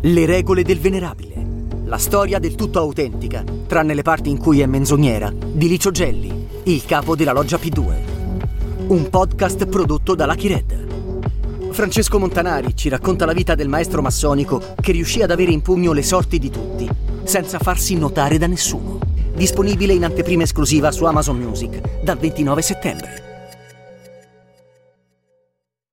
Le regole del venerabile. La storia del tutto autentica, tranne le parti in cui è menzognera, di Licio Gelli, il capo della loggia P2. Un podcast prodotto da Lucky Red. Francesco Montanari ci racconta la vita del maestro massonico che riuscì ad avere in pugno le sorti di tutti, senza farsi notare da nessuno. Disponibile in anteprima esclusiva su Amazon Music dal 29 settembre.